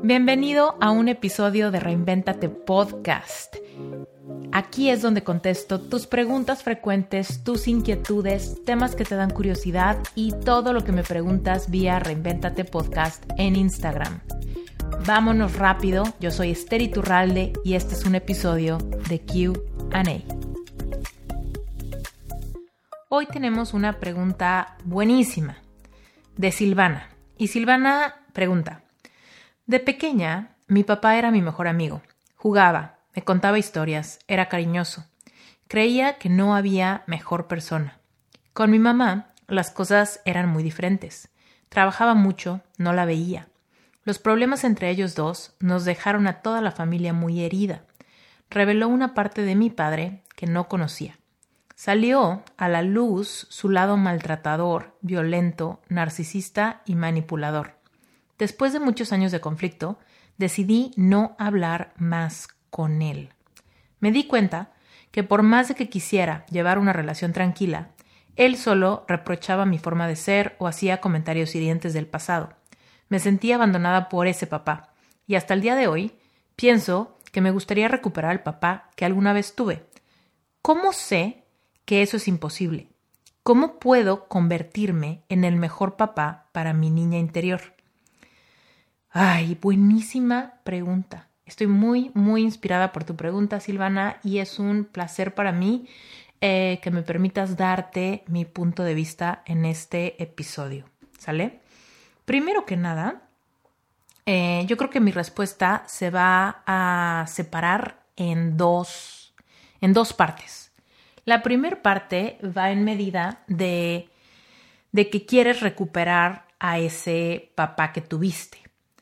Bienvenido a un episodio de Reinvéntate Podcast. Aquí es donde contesto tus preguntas frecuentes, tus inquietudes, temas que te dan curiosidad y todo lo que me preguntas vía Reinvéntate Podcast en Instagram. Vámonos rápido, yo soy Esther Iturralde y este es un episodio de Q&A. Hoy tenemos una pregunta buenísima de Silvana. Y Silvana pregunta: de pequeña, mi papá era mi mejor amigo. Jugaba, me contaba historias, era cariñoso. Creía que no había mejor persona. Con mi mamá, las cosas eran muy diferentes. Trabajaba mucho, no la veía. Los problemas entre ellos dos nos dejaron a toda la familia muy herida. Reveló una parte de mi padre que no conocía. Salió a la luz su lado maltratador, violento, narcisista y manipulador. Después de muchos años de conflicto, decidí no hablar más con él. Me di cuenta que por más de que quisiera llevar una relación tranquila, él solo reprochaba mi forma de ser o hacía comentarios hirientes del pasado. Me sentí abandonada por ese papá y hasta el día de hoy pienso que me gustaría recuperar al papá que alguna vez tuve. ¿Cómo sé que eso es imposible? ¿Cómo puedo convertirme en el mejor papá para mi niña interior? Ay, buenísima pregunta. Estoy muy inspirada por tu pregunta, Silvana, y es un placer para mí que me permitas darte mi punto de vista en este episodio. ¿Sale? Primero que nada, yo creo que mi respuesta se va a separar en dos partes. La primera parte va en medida de que quieres recuperar a ese papá que tuviste.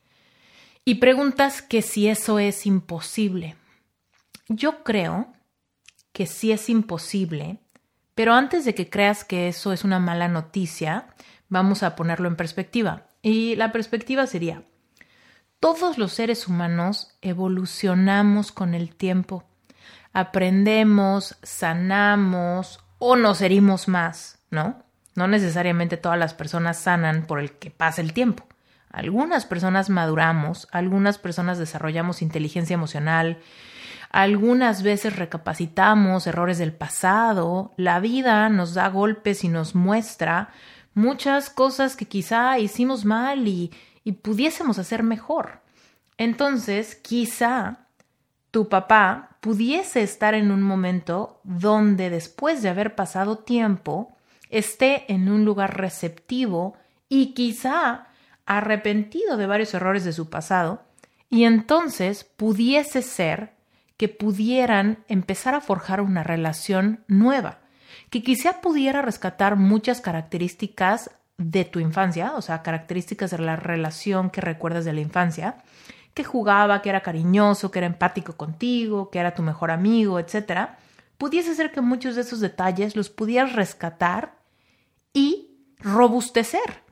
Y preguntas que si eso es imposible. Yo creo que sí es imposible, pero antes de que creas que eso es una mala noticia, vamos a ponerlo en perspectiva. Y la perspectiva sería: todos los seres humanos evolucionamos con el tiempo. Aprendemos, sanamos o nos herimos más, ¿no? No necesariamente todas las personas sanan por el que pasa el tiempo. Algunas personas maduramos, algunas personas desarrollamos inteligencia emocional, algunas veces recapacitamos errores del pasado, la vida nos da golpes y nos muestra muchas cosas que quizá hicimos mal y pudiésemos hacer mejor. Entonces, quizá tu papá pudiese estar en un momento donde después de haber pasado tiempo esté en un lugar receptivo y quizá arrepentido de varios errores de su pasado, y entonces pudiese ser que pudieran empezar a forjar una relación nueva, que quizá pudiera rescatar muchas características de tu infancia, o sea, características de la relación que recuerdas de la infancia, que jugaba, que era cariñoso, que era empático contigo, que era tu mejor amigo, etc. Pudiese ser que muchos de esos detalles los pudieras rescatar y robustecer.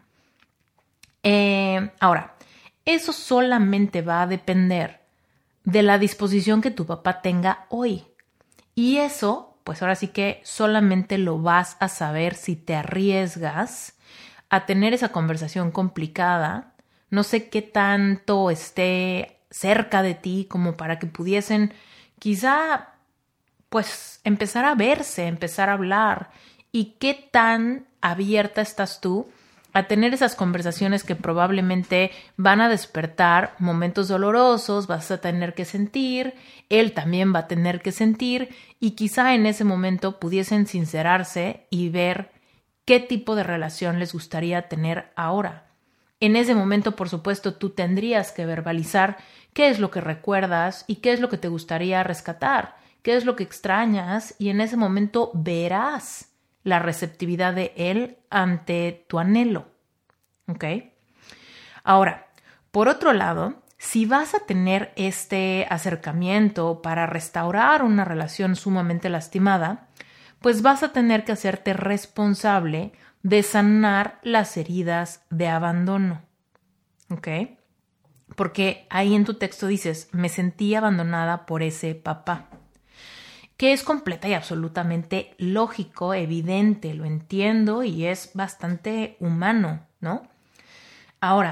Ahora, eso solamente va a depender de la disposición que tu papá tenga hoy. Y eso, pues ahora sí que solamente lo vas a saber si te arriesgas a tener esa conversación complicada. No sé qué tanto esté cerca de ti como para que pudiesen quizá pues empezar a verse, empezar a hablar. Y qué tan abierta estás tú a tener esas conversaciones que probablemente van a despertar momentos dolorosos, vas a tener que sentir, él también va a tener que sentir, y quizá en ese momento pudiesen sincerarse y ver qué tipo de relación les gustaría tener ahora. En ese momento, por supuesto, tú tendrías que verbalizar qué es lo que recuerdas y qué es lo que te gustaría rescatar, qué es lo que extrañas, y en ese momento verás la receptividad de él ante tu anhelo. ¿Ok? Ahora, por otro lado, si vas a tener este acercamiento para restaurar una relación sumamente lastimada, pues vas a tener que hacerte responsable de sanar las heridas de abandono. ¿Ok? Porque ahí en tu texto dices: me sentí abandonada por ese papá. Que es completa y absolutamente lógico, evidente, lo entiendo y es bastante humano, ¿no? Ahora,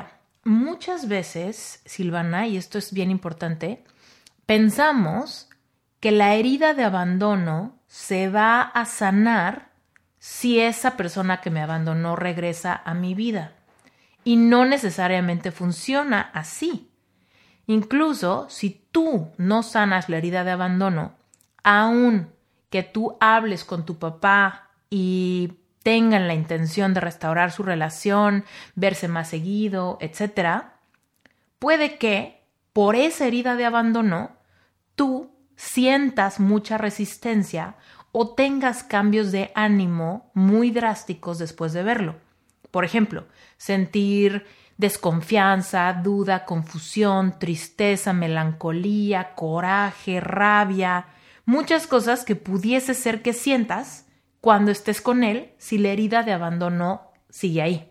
muchas veces, Silvana, y esto es bien importante, pensamos que la herida de abandono se va a sanar si esa persona que me abandonó regresa a mi vida. Y no necesariamente funciona así. Incluso si tú no sanas la herida de abandono, aun que tú hables con tu papá y tengan la intención de restaurar su relación, verse más seguido, etc., puede que por esa herida de abandono tú sientas mucha resistencia o tengas cambios de ánimo muy drásticos después de verlo. Por ejemplo, sentir desconfianza, duda, confusión, tristeza, melancolía, coraje, rabia, muchas cosas que pudiese ser que sientas cuando estés con él si la herida de abandono sigue ahí.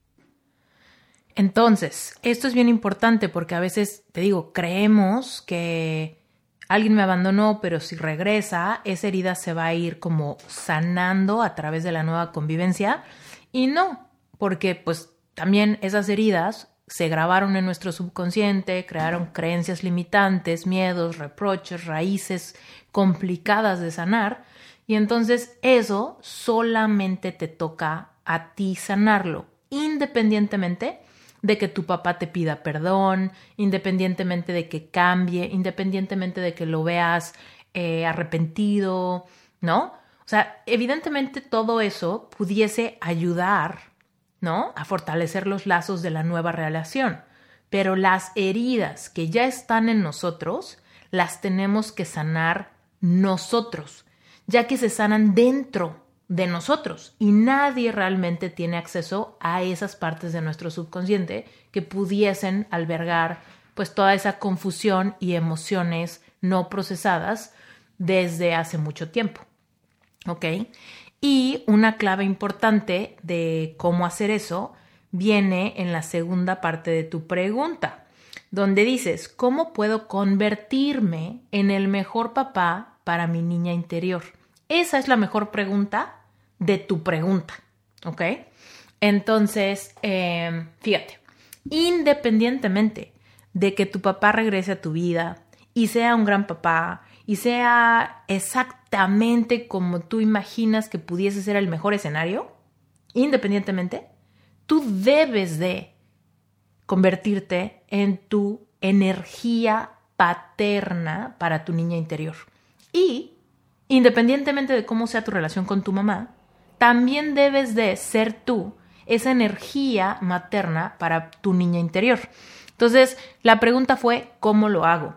Entonces, esto es bien importante porque a veces, te digo, creemos que alguien me abandonó, pero si regresa, esa herida se va a ir como sanando a través de la nueva convivencia. Y no, porque pues también esas heridas se grabaron en nuestro subconsciente, crearon creencias limitantes, miedos, reproches, raíces complicadas de sanar. Y entonces eso solamente te toca a ti sanarlo, independientemente de que tu papá te pida perdón, independientemente de que cambie, independientemente de que lo veas arrepentido, ¿no? O sea, evidentemente todo eso pudiese ayudar, ¿no?, a fortalecer los lazos de la nueva relación. Pero las heridas que ya están en nosotros las tenemos que sanar nosotros, ya que se sanan dentro de nosotros y nadie realmente tiene acceso a esas partes de nuestro subconsciente que pudiesen albergar pues toda esa confusión y emociones no procesadas desde hace mucho tiempo. ¿Ok? Y una clave importante de cómo hacer eso viene en la segunda parte de tu pregunta, donde dices, ¿cómo puedo convertirme en el mejor papá para mi niña interior? Esa es la mejor pregunta de tu pregunta, ¿ok? Entonces, fíjate, independientemente de que tu papá regrese a tu vida y sea un gran papá y sea exactamente como tú imaginas que pudiese ser el mejor escenario, independientemente, tú debes de convertirte en tu energía paterna para tu niña interior. Y independientemente de cómo sea tu relación con tu mamá, también debes de ser tú esa energía materna para tu niña interior. Entonces, la pregunta fue, ¿cómo lo hago?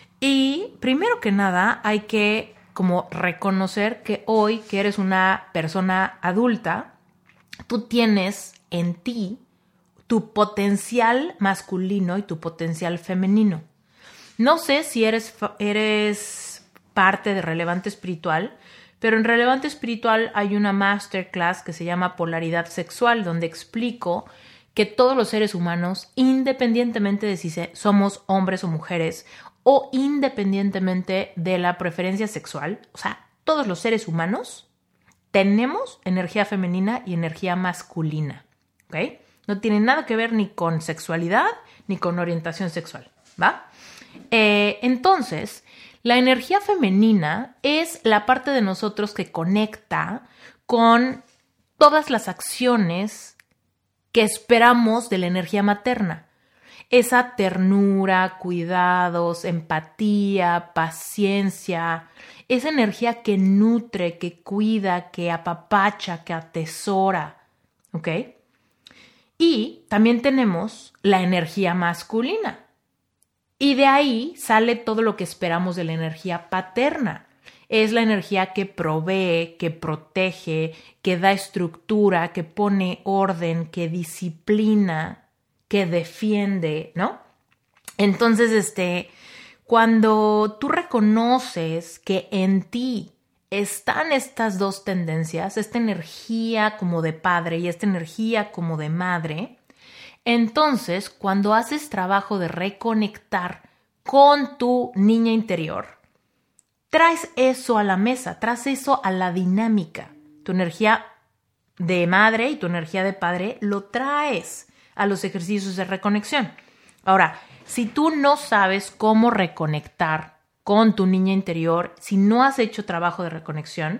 Y primero que nada, hay que como reconocer que hoy, que eres una persona adulta, tú tienes en ti tu potencial masculino y tu potencial femenino. No sé si eres parte de Relevante Espiritual, pero en Relevante Espiritual hay una masterclass que se llama Polaridad Sexual, donde explico que todos los seres humanos, independientemente de si somos hombres o mujeres, o independientemente de la preferencia sexual, o sea, todos los seres humanos tenemos energía femenina y energía masculina, ¿ok? No tiene nada que ver ni con sexualidad ni con orientación sexual, ¿va? Entonces, la energía femenina es la parte de nosotros que conecta con todas las acciones que esperamos de la energía materna. Esa ternura, cuidados, empatía, paciencia, esa energía que nutre, que cuida, que apapacha, que atesora, ¿ok? Y también tenemos la energía masculina. Y de ahí sale todo lo que esperamos de la energía paterna. Es la energía que provee, que protege, que da estructura, que pone orden, que disciplina, que defiende, ¿no? Entonces, cuando tú reconoces que en ti están estas dos tendencias, esta energía como de padre y esta energía como de madre, entonces cuando haces trabajo de reconectar con tu niña interior, traes eso a la mesa, traes eso a la dinámica. Tu energía de madre y tu energía de padre lo traes a los ejercicios de reconexión. Ahora, si tú no sabes cómo reconectar con tu niña interior, si no has hecho trabajo de reconexión,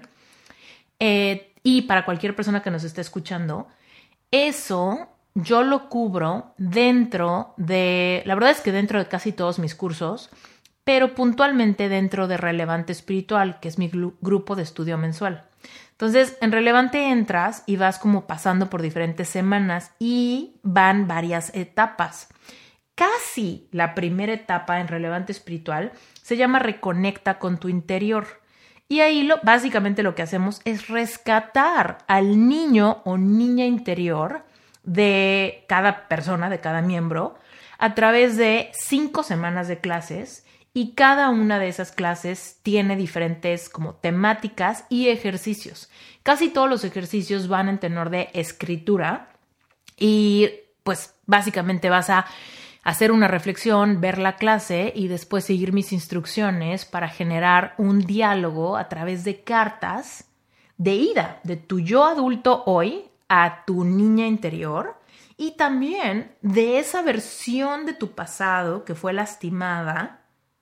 y para cualquier persona que nos esté escuchando, eso yo lo cubro dentro de, la verdad es que dentro de casi todos mis cursos, pero puntualmente dentro de Relevante Espiritual, que es mi grupo de estudio mensual. Entonces, en Relevante entras y vas como pasando por diferentes semanas y van varias etapas. Casi la primera etapa en Relevante Espiritual se llama Reconecta con tu interior. Y ahí básicamente lo que hacemos es rescatar al niño o niña interior de cada persona, de cada miembro, a través de 5 semanas de clases, y cada una de esas clases tiene diferentes como temáticas y ejercicios. Casi todos los ejercicios van en tenor de escritura y pues básicamente vas a hacer una reflexión, ver la clase y después seguir mis instrucciones para generar un diálogo a través de cartas de ida de tu yo adulto hoy a tu niña interior y también de esa versión de tu pasado que fue lastimada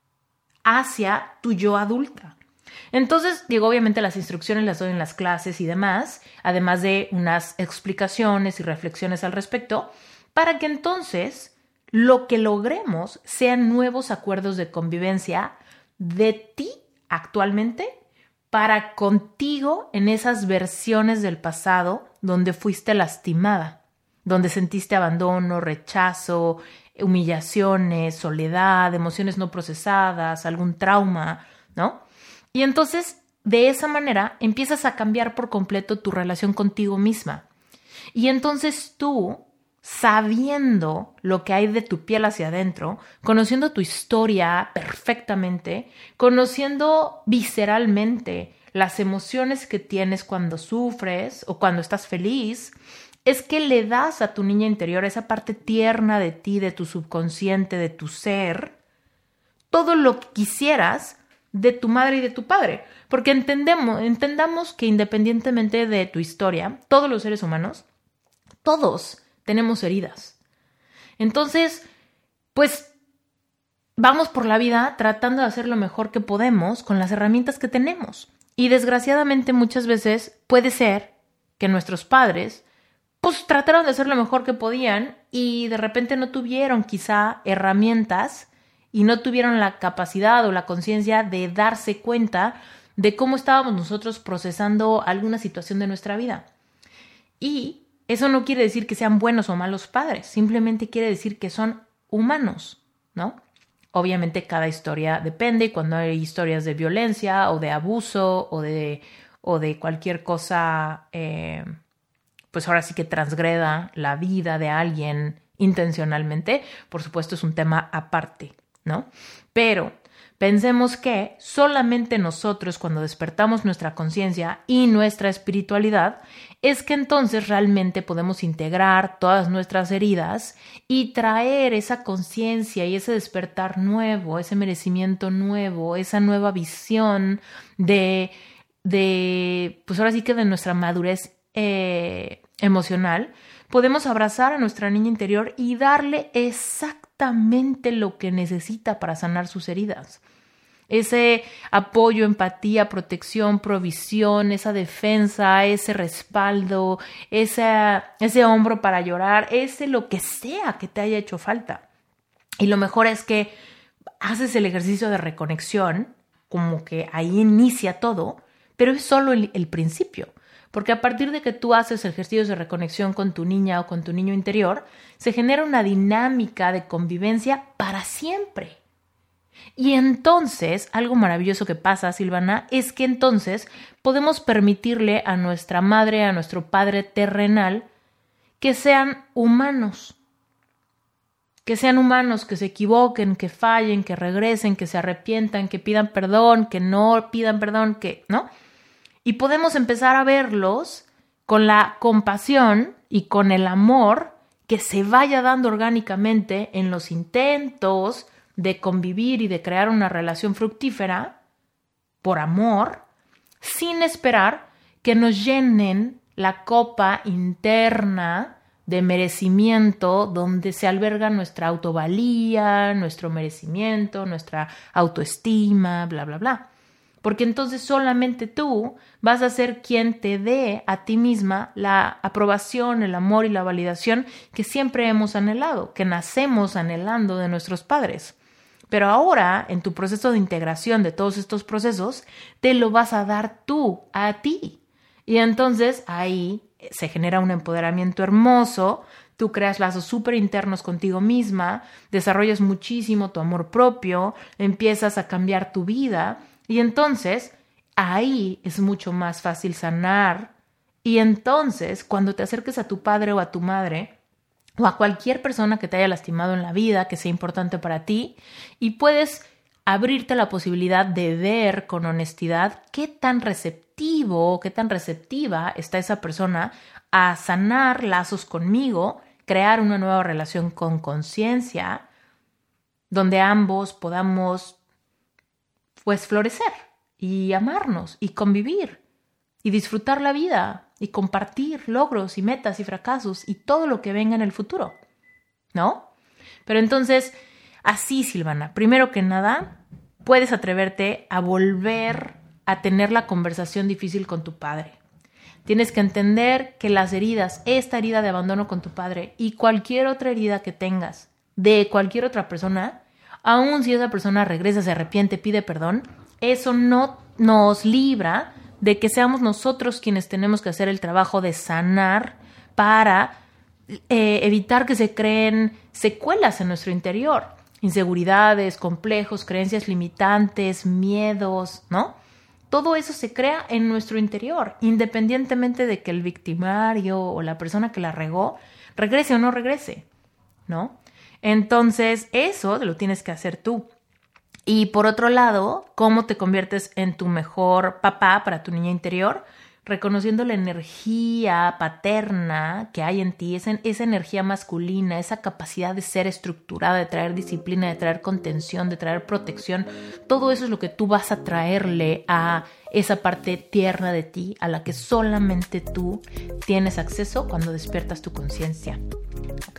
hacia tu yo adulta. Entonces, digo, obviamente las instrucciones las doy en las clases y demás, además de unas explicaciones y reflexiones al respecto, para que entonces lo que logremos sean nuevos acuerdos de convivencia de ti actualmente para contigo en esas versiones del pasado donde fuiste lastimada, donde sentiste abandono, rechazo, humillaciones, soledad, emociones no procesadas, algún trauma, ¿no? Y entonces, de esa manera, empiezas a cambiar por completo tu relación contigo misma. Y entonces tú, sabiendo lo que hay de tu piel hacia adentro, conociendo tu historia perfectamente, conociendo visceralmente las emociones que tienes cuando sufres o cuando estás feliz, es que le das a tu niña interior, esa parte tierna de ti, de tu subconsciente, de tu ser, todo lo que quisieras de tu madre y de tu padre. Porque entendamos que independientemente de tu historia, todos los seres humanos, todos tenemos heridas. Entonces, pues vamos por la vida tratando de hacer lo mejor que podemos con las herramientas que tenemos. Y desgraciadamente muchas veces puede ser que nuestros padres pues trataron de hacer lo mejor que podían y de repente no tuvieron quizá herramientas y no tuvieron la capacidad o la conciencia de darse cuenta de cómo estábamos nosotros procesando alguna situación de nuestra vida. Y eso no quiere decir que sean buenos o malos padres, simplemente quiere decir que son humanos, ¿no? Obviamente cada historia depende, cuando hay historias de violencia o de abuso o de cualquier cosa, pues ahora sí que transgreda la vida de alguien intencionalmente, por supuesto es un tema aparte, ¿no? Pero pensemos que solamente nosotros cuando despertamos nuestra conciencia y nuestra espiritualidad es que entonces realmente podemos integrar todas nuestras heridas y traer esa conciencia y ese despertar nuevo, ese merecimiento nuevo, esa nueva visión de pues ahora sí que de nuestra madurez emocional. Podemos abrazar a nuestra niña interior y darle exactamente lo que necesita para sanar sus heridas. Ese apoyo, empatía, protección, provisión, esa defensa, ese respaldo, ese hombro para llorar, ese lo que sea que te haya hecho falta. Y lo mejor es que haces el ejercicio de reconexión, como que ahí inicia todo, pero es solo el principio. Porque a partir de que tú haces ejercicios de reconexión con tu niña o con tu niño interior, se genera una dinámica de convivencia para siempre. Y entonces, algo maravilloso que pasa, Silvana, es que entonces podemos permitirle a nuestra madre, a nuestro padre terrenal, que sean humanos. Que sean humanos, que se equivoquen, que fallen, que regresen, que se arrepientan, que pidan perdón, que no pidan perdón, que, ¿no? Y podemos empezar a verlos con la compasión y con el amor que se vaya dando orgánicamente en los intentos de convivir y de crear una relación fructífera por amor, sin esperar que nos llenen la copa interna de merecimiento donde se alberga nuestra autovalía, nuestro merecimiento, nuestra autoestima, bla, bla, bla. Porque entonces solamente tú vas a ser quien te dé a ti misma la aprobación, el amor y la validación que siempre hemos anhelado, que nacemos anhelando de nuestros padres. Pero ahora, en tu proceso de integración de todos estos procesos, te lo vas a dar tú, a ti. Y entonces ahí se genera un empoderamiento hermoso, tú creas lazos súper internos contigo misma, desarrollas muchísimo tu amor propio, empiezas a cambiar tu vida. Y entonces, ahí es mucho más fácil sanar. Y entonces, cuando te acerques a tu padre o a tu madre, o a cualquier persona que te haya lastimado en la vida, que sea importante para ti, y puedes abrirte la posibilidad de ver con honestidad qué tan receptivo, qué tan receptiva está esa persona a sanar lazos conmigo, crear una nueva relación con conciencia, donde ambos podamos pues florecer y amarnos y convivir y disfrutar la vida y compartir logros y metas y fracasos y todo lo que venga en el futuro, ¿no? Pero entonces, así, Silvana, primero que nada, puedes atreverte a volver a tener la conversación difícil con tu padre. Tienes que entender que las heridas, esta herida de abandono con tu padre y cualquier otra herida que tengas de cualquier otra persona, aun si esa persona regresa, se arrepiente, pide perdón, eso no nos libra de que seamos nosotros quienes tenemos que hacer el trabajo de sanar para evitar que se creen secuelas en nuestro interior. Inseguridades, complejos, creencias limitantes, miedos, ¿no? Todo eso se crea en nuestro interior, independientemente de que el victimario o la persona que la regó regrese o no regrese, ¿no? Entonces, eso lo tienes que hacer tú. Y por otro lado, ¿cómo te conviertes en tu mejor papá para tu niña interior? Reconociendo la energía paterna que hay en ti, esa energía masculina, esa capacidad de ser estructurada, de traer disciplina, de traer contención, de traer protección. Todo eso es lo que tú vas a traerle a esa parte tierna de ti, a la que solamente tú tienes acceso cuando despiertas tu conciencia. ¿Ok?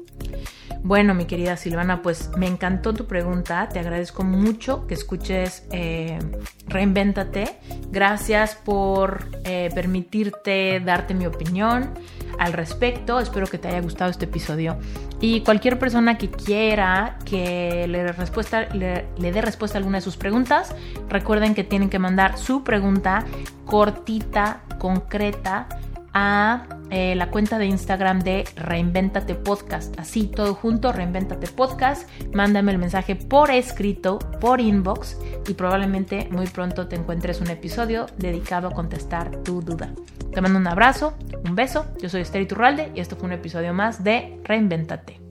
Bueno, mi querida Silvana, pues me encantó tu pregunta. Te agradezco mucho que escuches Reinvéntate. Gracias por permitirte darte mi opinión al respecto. Espero que te haya gustado este episodio. Y cualquier persona que quiera que le dé respuesta a alguna de sus preguntas, recuerden que tienen que mandar su pregunta cortita, concreta, a la cuenta de Instagram de Reinvéntate Podcast. Así, todo junto, Reinvéntate Podcast. Mándame el mensaje por escrito, por inbox, y probablemente muy pronto te encuentres un episodio dedicado a contestar tu duda. Te mando un abrazo, un beso. Yo soy Esther Iturralde y esto fue un episodio más de Reinvéntate.